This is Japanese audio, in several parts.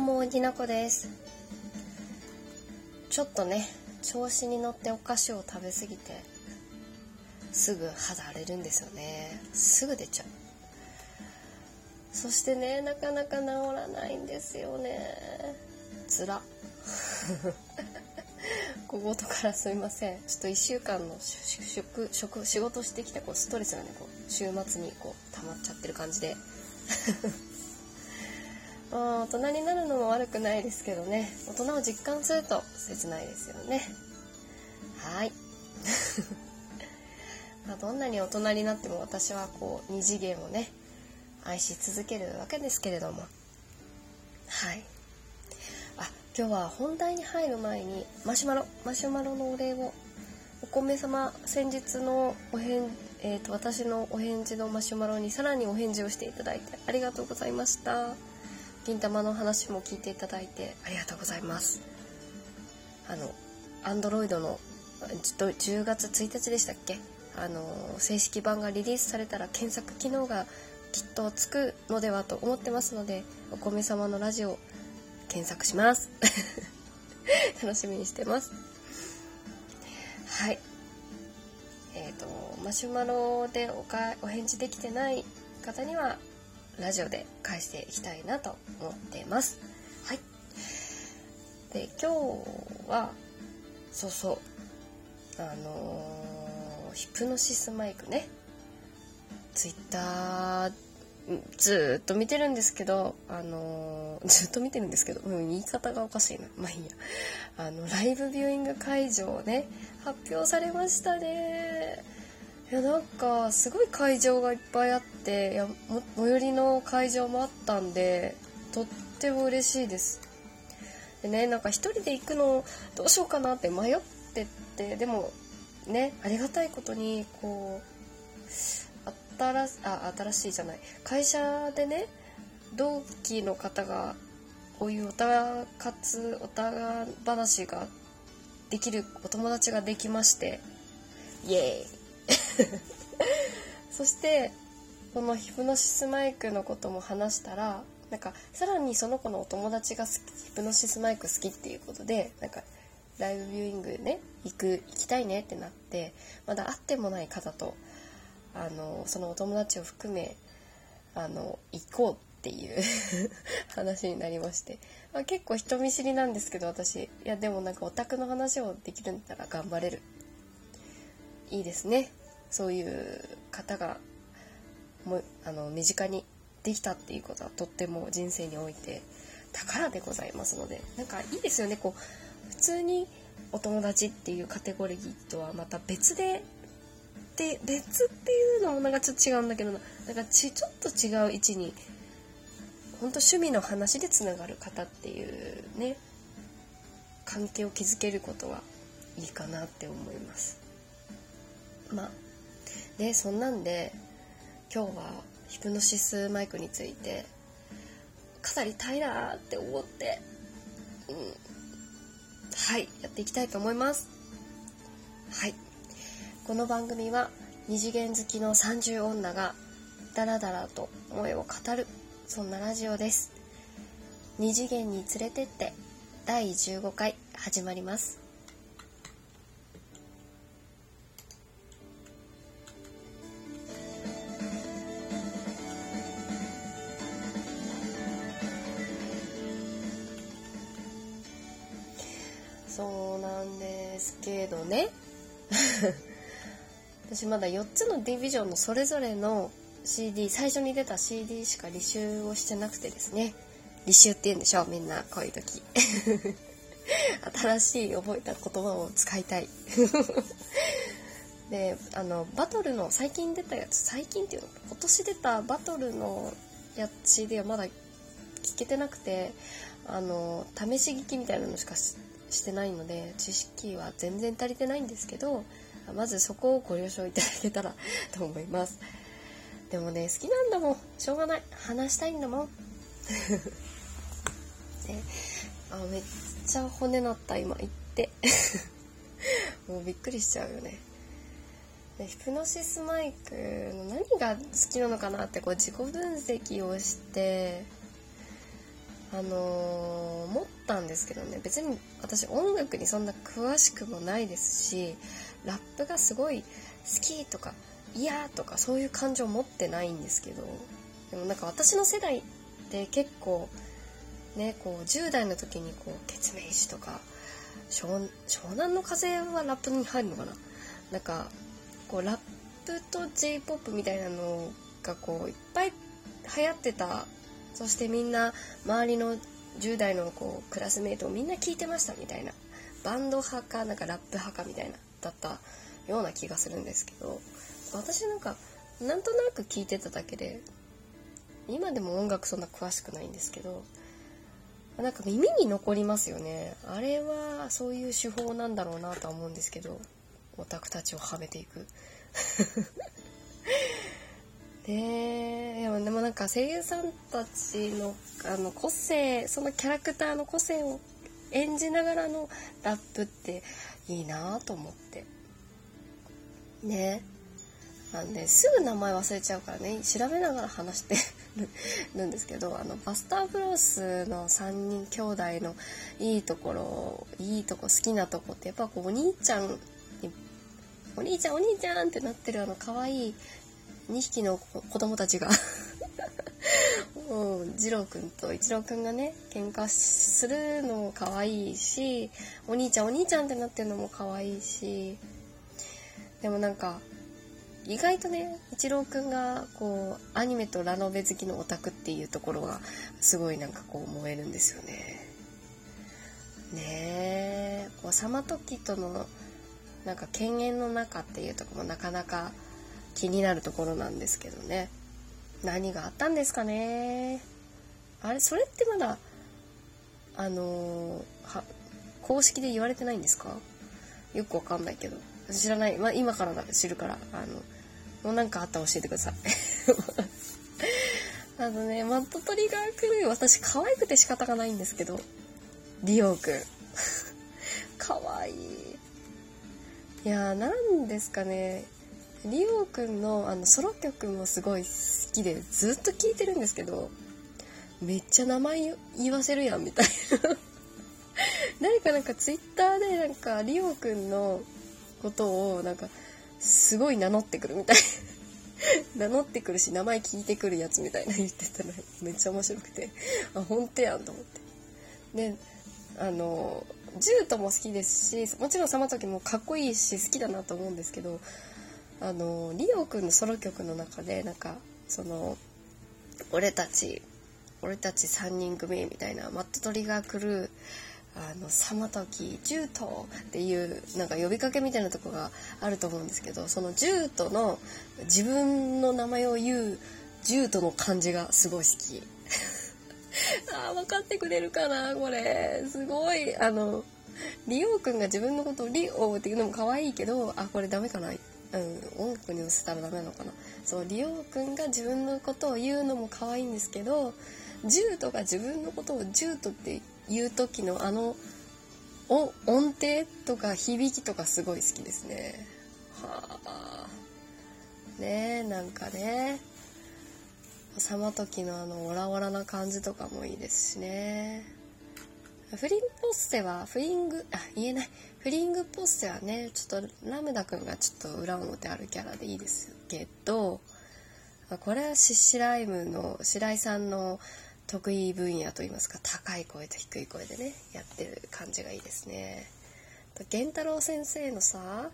もきなこです。ちょっとね調子に乗ってお菓子を食べ過ぎてすぐ肌荒れるんですよね。すぐ出ちゃう。そしてねなかなか治らないんですよね。つら小言からすいません。ちょっと1週間の仕事してきたストレスがね週末に溜まっちゃってる感じで大人になるのも悪くないですけどね、大人を実感すると切ないですよね。はいどんなに大人になっても私は二次元をね愛し続けるわけですけれども、今日は本題に入る前にマシュマロのお礼を、お米様先日の私のお返事のマシュマロにさらにお返事をしていただいてありがとうございました。銀玉の話も聞いていただいてありがとうございます。Android の10月1日でしたっけ、正式版がリリースされたら検索機能がきっとつくのではと思ってますので、お米様のラジオ検索します楽しみにしてます。はい、マシュマロでお返事できてない方にはラジオで返していきたいなと思っています。はい。で今日はヒプノシスマイクね、ツイッターずっと見てるんですけど、言い方がおかしいな。まあいいや。ライブビューイング会場ね、発表されましたね。いやなんかすごい会場がいっぱいあって、最寄りの会場もあったんで、とっても嬉しいです。でね、なんか一人で行くのどうしようかなって迷ってて、でもね、ありがたいことに新しいじゃない、会社でね同期の方がこういうおたが話ができるお友達ができまして、イエーイそしてこのヒプノシスマイクのことも話したら、なんかさらにその子のお友達がヒプノシスマイク好きっていうことで、なんかライブビューイングね行きたいねってなって、まだ会ってもない方とそのお友達を含め行こうっていう話になりまして、結構人見知りなんですけど私、いやでもなんかオタクの話をできるんだったら頑張れる。いいですね、そういう方が身近にできたっていうことはとっても人生において宝でございますので、なんかいいですよね。普通にお友達っていうカテゴリーとはまた別っていうのもなんかちょっと違うんだけどなんかちょっと違う位置に本当趣味の話でつながる方っていうね関係を築けることはいいかなって思います。でそんなんで今日はヒプノシスマイクについて語りたいなって思って、やっていきたいと思います。この番組は二次元好きの30女がダラダラと思いを語る、そんなラジオです。二次元に連れてって第15回始まります。そうなんですけどね私まだ4つのディビジョンのそれぞれの CD、 最初に出た CD しか履修をしてなくてですね、履修って言うんでしょみんなこういう時新しい覚えた言葉を使いたいでバトルの最近出たやつ、最近っていうの今年出たバトルのやつ CD はまだ聞けてなくて、試し聞きみたいなのしかしてないので知識は全然足りてないんですけど、まずそこをご了承いただけたらと思います。でもね好きなんだもん、しょうがない、話したいんだもんめっちゃ骨鳴った今言ってもうびっくりしちゃうよね。でヒプノシスマイクの何が好きなのかなって自己分析をして、 思ったんですけどね、別に私音楽にそんな詳しくもないですし、ラップがすごい好きとか嫌とかそういう感情持ってないんですけど、でもなんか私の世代って結構ね、こう10代の時にこうケツメイシとか湘南の風はラップに入るのかな、なんかこうラップと J-POP みたいなのがこういっぱい流行ってた。そしてみんな周りの10代のこうクラスメイトをみんな聞いてましたみたいな、バンド派かなんかラップ派かみたいなだったような気がするんですけど、私なんとなく聞いてただけで、今でも音楽そんな詳しくないんですけど、なんか耳に残りますよね。あれはそういう手法なんだろうなとは思うんですけど、オタクたちをはめていくでもなんか声優さんたちの個性、そのキャラクターの個性を演じながらのラップっていいなと思ってね。すぐ名前忘れちゃうからね、調べながら話してるんですけど、バスターブロスの3人兄弟のいいとこ好きなとこって、やっぱこうお兄ちゃんってなってる可愛い2匹の子供たちが次郎くんと一郎くんがね喧嘩するのも可愛いし、お兄ちゃんってなってるのも可愛いし、でもなんか意外とね一郎くんがこうアニメとラノベ好きのオタクっていうところがすごいなんかこう燃えるんですよね。ねえ、こうサマトキとのなんか犬猿の仲っていうところもなかなか気になるところなんですけどね。何があったんですかね。あれ、それってまだ公式で言われてないんですか？よくわかんないけど、知らない。今から知るからもうなんかあったら教えてくださいマットトリガークルー、私可愛くて仕方がないんですけど、リオくん可愛い。いやー、なんですかね、リオくんのソロ曲もすごい好きでずっと聴いてるんですけど、めっちゃ名前言わせるやんみたいな誰かなんかツイッターでなんかリオくんのことをなんかすごい名乗ってくるみたい名乗ってくるし名前聞いてくるやつみたいな言ってたらめっちゃ面白くて、本当やんと思って。でジュートも好きですし、もちろんサマトキもかっこいいし好きだなと思うんですけど、リオくんのソロ曲の中でなんか俺たち3人組みたいな、マットトリガークルー、サマトキ、ジュートっていうなんか呼びかけみたいなとこがあると思うんですけど、そのジュートの自分の名前を言うジュートの感じがすごい好き分かってくれるかなこれ。すごいリオくんが自分のことをリオっていうのも可愛いけど、これダメかな、音楽に乗せたらダメなのかな。そう、リオくんが自分のことを言うのも可愛いんですけど、ジュートが自分のことをジュートって言う時の音程とか響きとかすごい好きですね。はあ、ねえ、なんかね、サマトキのオラオラな感じとかもいいですしね。フリングポッセはフリングポッセはね、ちょっとラムダくんがちょっと裏表あるキャラでいいですけど、これはシシライムの白井さんの得意分野といいますか、高い声と低い声でねやってる感じがいいですね。源太郎先生のさ、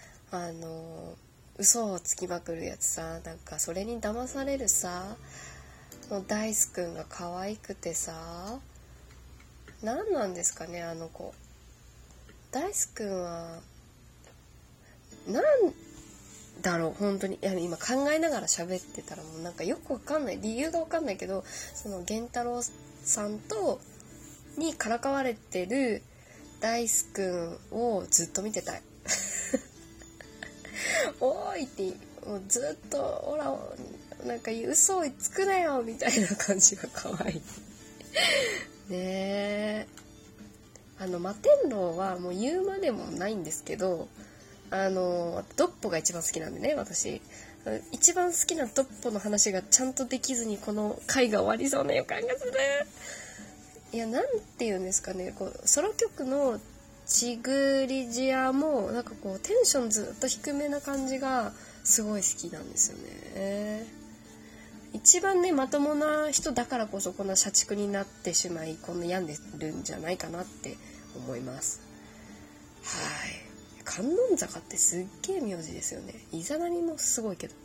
嘘をつきまくるやつさ、なんかそれに騙されるさ、ダイスくんが可愛くてさ、何なんですかね、あの子。ダイスくんはなんだろう、本当に。いや、今考えながら喋ってたらもうなんかよくわかんない、理由がわかんないけど、その源太郎さんにからかわれてるダイスくんをずっと見てたいおーいってもうずっとほらなんか嘘をつくなよみたいな感じが可愛いねえ。摩天楼はもう言うまでもないんですけど、ドッポが一番好きなんでね、私一番好きなドッポの話がちゃんとできずにこの回が終わりそうな予感がする。 いや、なんて言うんですかね、こうソロ曲のチグリジアもなんかこうテンションずっと低めな感じがすごい好きなんですよね。一番ねまともな人だからこそこんな社畜になってしまいこんな病んでるんじゃないかなって思います。はい。観音坂ってすっげえ名字ですよね。イザナミもすごいけど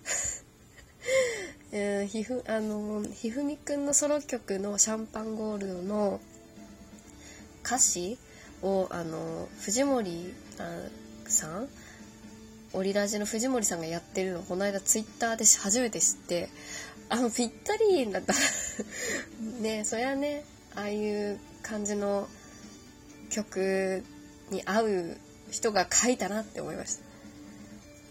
ひふみくんのソロ曲のシャンパンゴールドの歌詞を藤森さん、オリラジの藤森さんがやってるのをこの間ツイッターで初めて知って、ぴったりだったね。そりゃね、ああいう感じの曲に合う人が書いたなって思いました。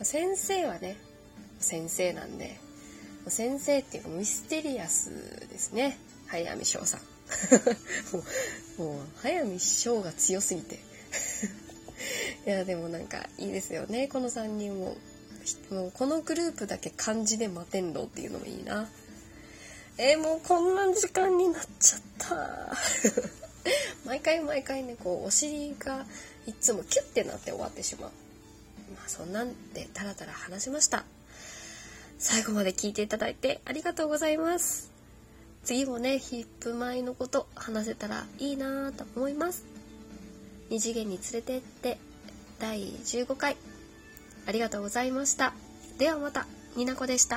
先生はね先生なんで、先生っていうかミステリアスですね、早見翔さんもう早見翔が強すぎていやでもなんかいいですよね、この3人もうこのグループだけ漢字で摩天楼っていうのもいいな。もうこんな時間になっちゃった毎回ねこうお尻がいつもキュッてなって終わってしまう。まあそんなんでタラタラ話しました。最後まで聞いていただいてありがとうございます。次もねヒップマイのこと話せたらいいなと思います。二次元に連れてって第15回ありがとうございました。ではまた、になこでした。